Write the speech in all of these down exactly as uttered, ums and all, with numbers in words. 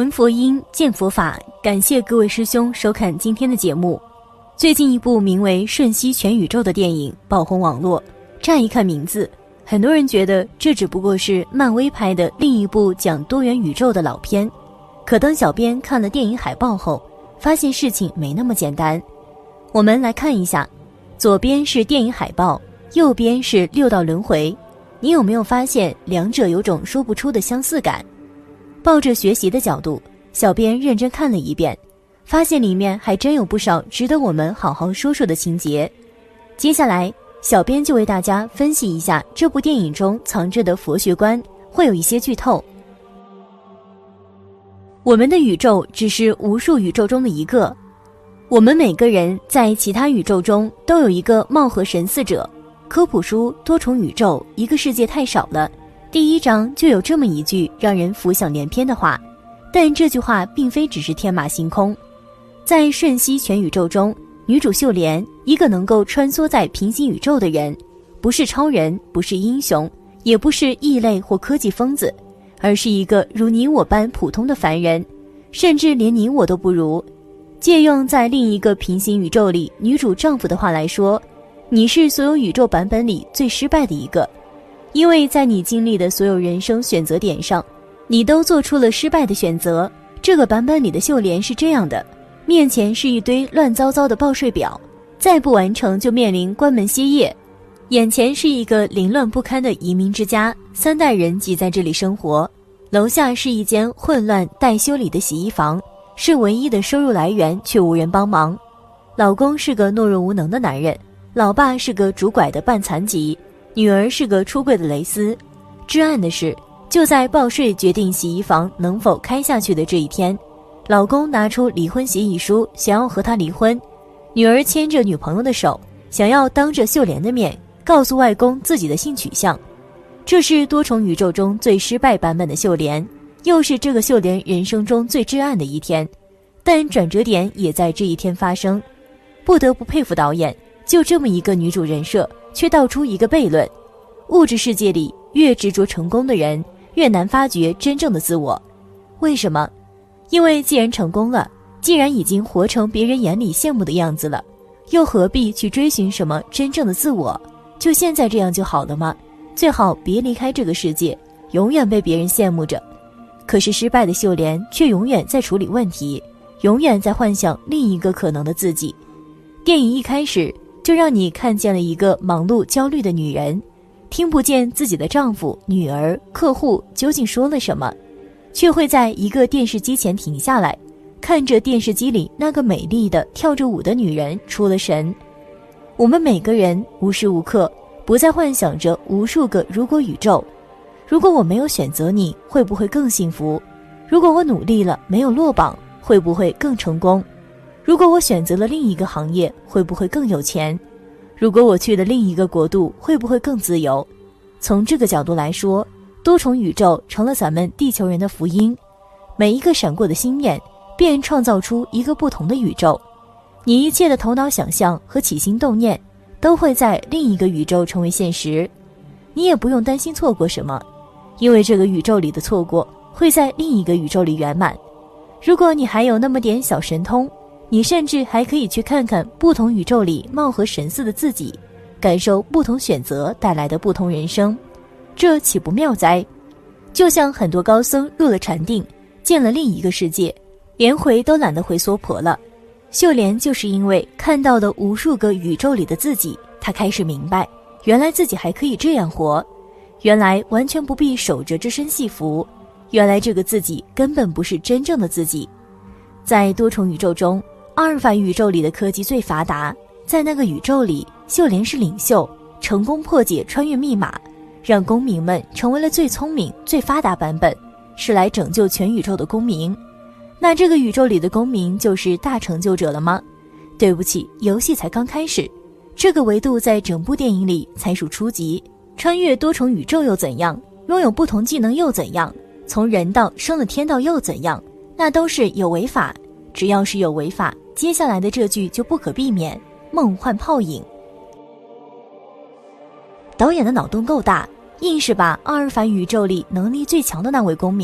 闻佛音，见佛法，感谢各位师兄收看今天的节目。最近一部名为《瞬息全宇宙》的电影爆红网络，乍一看名字，很多人觉得这只不过是漫威拍的另一部讲多元宇宙的老片。可当小编看了电影海报后，发现事情没那么简单。我们来看一下，左边是电影海报，右边是六道轮回，你有没有发现两者有种说不出的相似感？抱着学习的角度，小编认真看了一遍，发现里面还真有不少值得我们好好说说的情节。接下来小编就为大家分析一下这部电影中藏着的佛学观，会有一些剧透。我们的宇宙只是无数宇宙中的一个，我们每个人在其他宇宙中都有一个貌合神似者。科普书《多重宇宙，一个世界太少了》第一章就有这么一句让人浮想联翩的话，但这句话并非只是天马行空。在瞬息全宇宙中，女主秀莲，一个能够穿梭在平行宇宙的人，不是超人，不是英雄，也不是异类或科技疯子，而是一个如你我般普通的凡人，甚至连你我都不如。借用在另一个平行宇宙里女主丈夫的话来说，你是所有宇宙版本里最失败的一个，因为在你经历的所有人生选择点上，你都做出了失败的选择。这个版本里的秀莲是这样的，面前是一堆乱糟糟的报税表，再不完成就面临关门歇业。眼前是一个凌乱不堪的移民之家，三代人挤在这里生活。楼下是一间混乱待修理的洗衣房，是唯一的收入来源，却无人帮忙。老公是个懦弱无能的男人，老爸是个拄拐的半残疾，女儿是个出柜的蕾丝。至暗的是，就在报税决定洗衣房能否开下去的这一天，老公拿出离婚协议书，想要和他离婚。女儿牵着女朋友的手，想要当着秀莲的面告诉外公自己的性取向。这是多重宇宙中最失败版本的秀莲，又是这个秀莲人生中最至暗的一天。但转折点也在这一天发生。不得不佩服导演，就这么一个女主人设，却道出一个悖论：物质世界里越执着成功的人，越难发掘真正的自我。为什么？因为既然成功了，既然已经活成别人眼里羡慕的样子了，又何必去追寻什么真正的自我？就现在这样就好了吗？最好别离开这个世界，永远被别人羡慕着。可是失败的秀莲却永远在处理问题，永远在幻想另一个可能的自己。电影一开始就让你看见了一个忙碌焦虑的女人，听不见自己的丈夫、女儿、客户究竟说了什么，却会在一个电视机前停下来，看着电视机里那个美丽的跳着舞的女人出了神。我们每个人无时无刻不再幻想着无数个如果宇宙。如果我没有选择你，会不会更幸福？如果我努力了没有落榜，会不会更成功？如果我选择了另一个行业，会不会更有钱？如果我去了另一个国度，会不会更自由？从这个角度来说，多重宇宙成了咱们地球人的福音。每一个闪过的心念，便创造出一个不同的宇宙。你一切的头脑想象和起心动念，都会在另一个宇宙成为现实。你也不用担心错过什么，因为这个宇宙里的错过会在另一个宇宙里圆满。如果你还有那么点小神通，你甚至还可以去看看不同宇宙里貌合神似的自己，感受不同选择带来的不同人生，这岂不妙哉？就像很多高僧入了禅定，见了另一个世界，连回都懒得回娑婆了。秀莲就是因为看到了无数个宇宙里的自己，她开始明白，原来自己还可以这样活，原来完全不必守着这身戏服，原来这个自己根本不是真正的自己。在多重宇宙中，阿尔法宇宙里的科技最发达，在那个宇宙里，秀莲是领袖，成功破解穿越密码，让公民们成为了最聪明、最发达版本，是来拯救全宇宙的公民。那这个宇宙里的公民就是大成就者了吗？对不起，游戏才刚开始，这个维度在整部电影里才属初级。穿越多重宇宙又怎样？拥有不同技能又怎样？从人道升了天道又怎样？那都是有违法，只要是有违法，接下来的这句就不可避免，梦幻泡影。导演的脑洞够大，硬是把阿尔法宇宙里能力最强的那位公民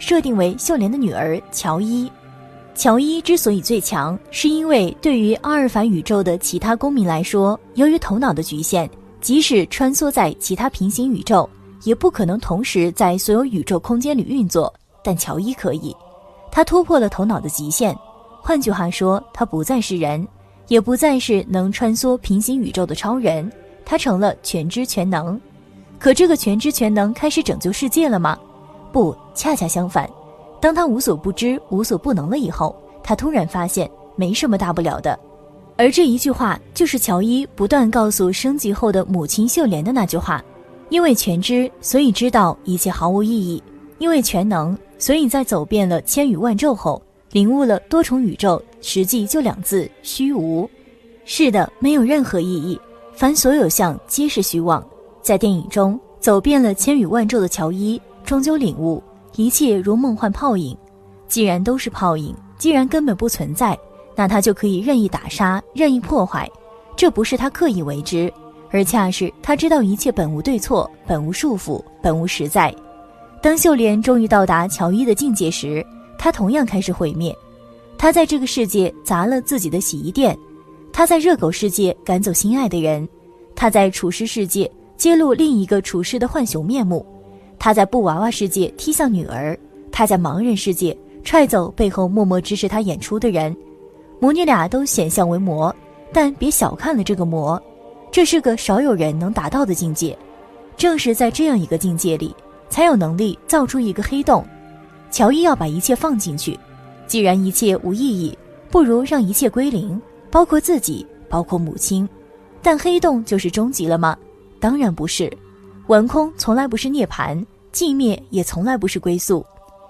设定为秀莲的女儿乔伊。乔伊之所以最强，是因为对于阿尔法宇宙的其他公民来说，由于头脑的局限，即使穿梭在其他平行宇宙，也不可能同时在所有宇宙空间里运作，但乔伊可以。他突破了头脑的极限，换句话说，他不再是人，也不再是能穿梭平行宇宙的超人，他成了全知全能。可这个全知全能开始拯救世界了吗？不，恰恰相反。当他无所不知、无所不能了以后，他突然发现没什么大不了的。而这一句话就是乔伊不断告诉升级后的母亲秀莲的那句话：因为全知，所以知道一切毫无意义；因为全能，所以在走遍了千宇万宙后，领悟了多重宇宙实际就两字：虚无。是的，没有任何意义，凡所有相皆是虚妄。在电影中，走遍了千宇万宙的乔伊终究领悟一切如梦幻泡影，既然都是泡影，既然根本不存在，那他就可以任意打杀，任意破坏。这不是他刻意为之，而恰是他知道一切本无对错，本无束缚，本无实在。当秀莲终于到达乔伊的境界时，他同样开始毁灭。他在这个世界砸了自己的洗衣店，他在热狗世界赶走心爱的人，他在厨师世界揭露另一个厨师的浣熊面目，他在布娃娃世界踢向女儿，他在盲人世界踹走背后默默支持他演出的人。母女俩都显相为魔，但别小看了这个魔，这是个少有人能达到的境界。正是在这样一个境界里，才有能力造出一个黑洞。乔伊要把一切放进去，既然一切无意义，不如让一切归零，包括自己，包括母亲。但黑洞就是终极了吗？当然不是。完空从来不是涅槃，寂灭也从来不是归宿。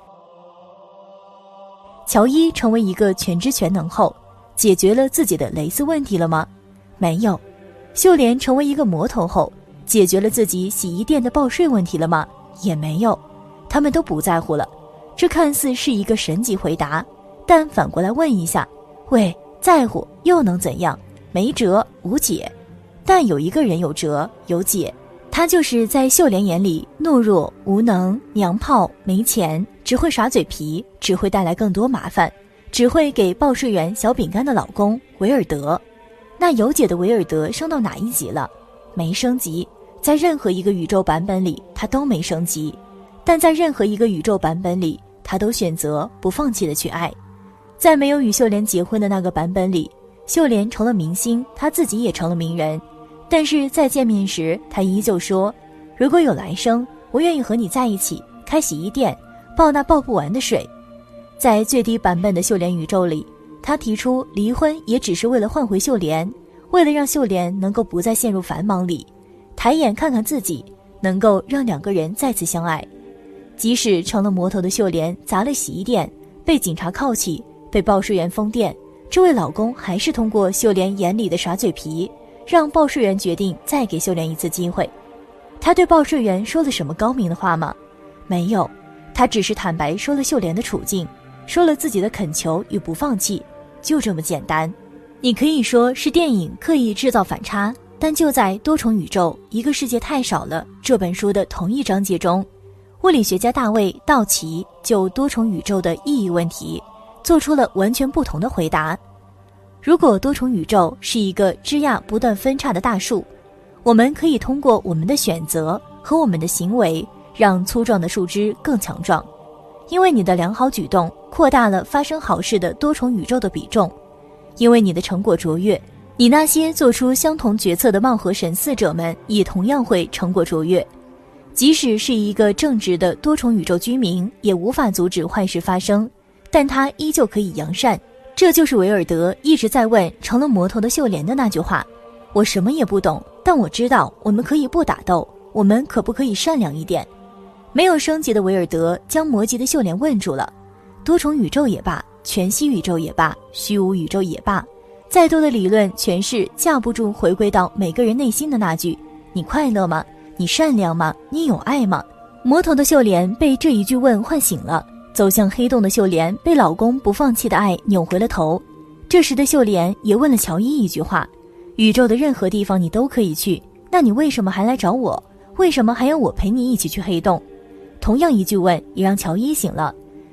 乔伊成为一个全知全能后，解决了自己的蕾丝问题了吗？没有。秀莲成为一个魔头后，解决了自己洗衣店的报税问题了吗？也没有。他们都不在乎了。这看似是一个神级回答，但反过来问一下，喂，在乎又能怎样？没辙，无解。但有一个人有辙有解，他就是在秀莲眼里懦弱、无能、娘炮、没钱，只会耍嘴皮，只会带来更多麻烦，只会给报税员小饼干的老公维尔德。那有解的维尔德升到哪一级了？没升级，在任何一个宇宙版本里他都没升级，但在任何一个宇宙版本里他都选择不放弃的去爱。在没有与秀莲结婚的那个版本里，秀莲成了明星，他自己也成了名人，但是在见面时他依旧说，如果有来生，我愿意和你在一起，开洗衣店，报那报不完的税。在最低版本的秀莲宇宙里，他提出离婚也只是为了换回秀莲，为了让秀莲能够不再陷入繁忙里，抬眼看看自己，能够让两个人再次相爱。即使成了魔头的秀莲砸了洗衣店，被警察铐起，被报税员封店，这位老公还是通过秀莲眼里的耍嘴皮，让报税员决定再给秀莲一次机会。他对报税员说了什么高明的话吗？没有，他只是坦白说了秀莲的处境，说了自己的恳求与不放弃，就这么简单。你可以说是电影刻意制造反差，但就在多重宇宙一个世界太少了这本书的同一章节中，物理学家大卫·道奇就多重宇宙的意义问题做出了完全不同的回答。如果多重宇宙是一个枝桠不断分叉的大树，我们可以通过我们的选择和我们的行为让粗壮的树枝更强壮，因为你的良好举动扩大了发生好事的多重宇宙的比重，因为你的成果卓越，你那些做出相同决策的貌合神似者们也同样会成果卓越。即使是一个正直的多重宇宙居民也无法阻止坏事发生，但他依旧可以扬善。这就是维尔德一直在问成了魔头的秀莲的那句话，我什么也不懂，但我知道我们可以不打斗，我们可不可以善良一点？没有升级的维尔德将魔级的秀莲问住了。多重宇宙也罢，全息宇宙也罢，虚无宇宙也罢，再多的理论诠释架不住回归到每个人内心的那句，你快乐吗？你善良吗？你有爱吗？魔头的秀莲被这一句问唤醒了，走向黑洞的秀莲被老公不放弃的爱扭回了头。这时的秀莲也问了乔伊一句话，宇宙的任何地方你都可以去，那你为什么还来找我？为什么还要我陪你一起去黑洞？同样一句问也让乔伊醒了，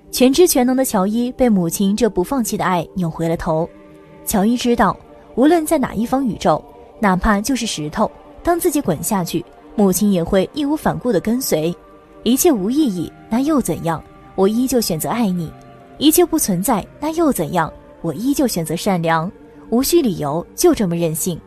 全知全能的乔伊被母亲这不放弃的爱扭回了头。乔伊知道，无论在哪一方宇宙，哪怕就是石头，当自己滚下去，母亲也会义无反顾地跟随。一切无意义，那又怎样？我依旧选择爱你。一切不存在，那又怎样？我依旧选择善良。无需理由，就这么任性。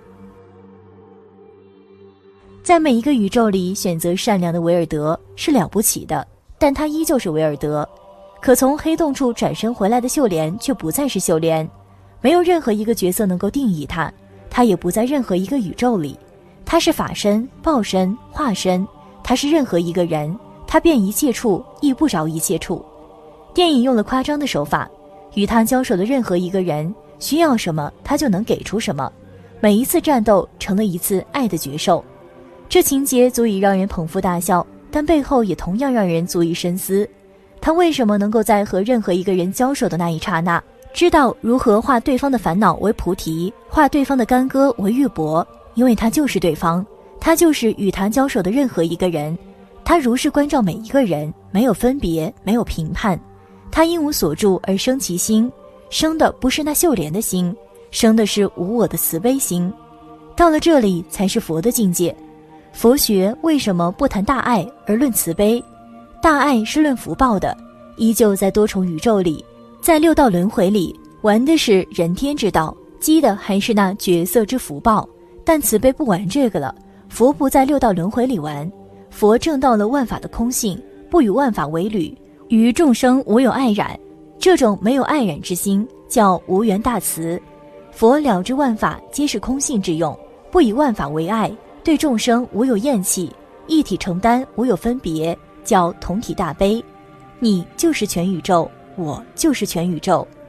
在每一个宇宙里选择善良的维尔德是了不起的，但他依旧是维尔德。可从黑洞处转身回来的秀莲却不再是秀莲，没有任何一个角色能够定义他，他也不在任何一个宇宙里。他是法身、报身、化身，他是任何一个人，他遍一切处，亦不着一切处。电影用了夸张的手法，与他交手的任何一个人需要什么他就能给出什么，每一次战斗成了一次爱的决斗。这情节足以让人捧腹大笑，但背后也同样让人足以深思。他为什么能够在和任何一个人交手的那一刹那，知道如何化对方的烦恼为菩提，化对方的干戈为玉帛？因为他就是对方，他就是与他交手的任何一个人。他如是关照每一个人，没有分别，没有评判。他因无所住而生其心，生的不是那秀莲的心，生的是无我的慈悲心。到了这里才是佛的境界。佛学为什么不谈大爱而论慈悲？大爱是论福报的，依旧在多重宇宙里，在六道轮回里玩的是人天之道，积的还是那角色之福报。但慈悲不玩这个了，佛不在六道轮回里玩，佛证到了万法的空性，不与万法为侣，于众生无有爱染。这种没有爱染之心叫无缘大慈。佛了知万法皆是空性之用，不以万法为爱，对众生无有厌弃，一体承担无有分别，叫同体大悲。你就是全宇宙，我就是全宇宙，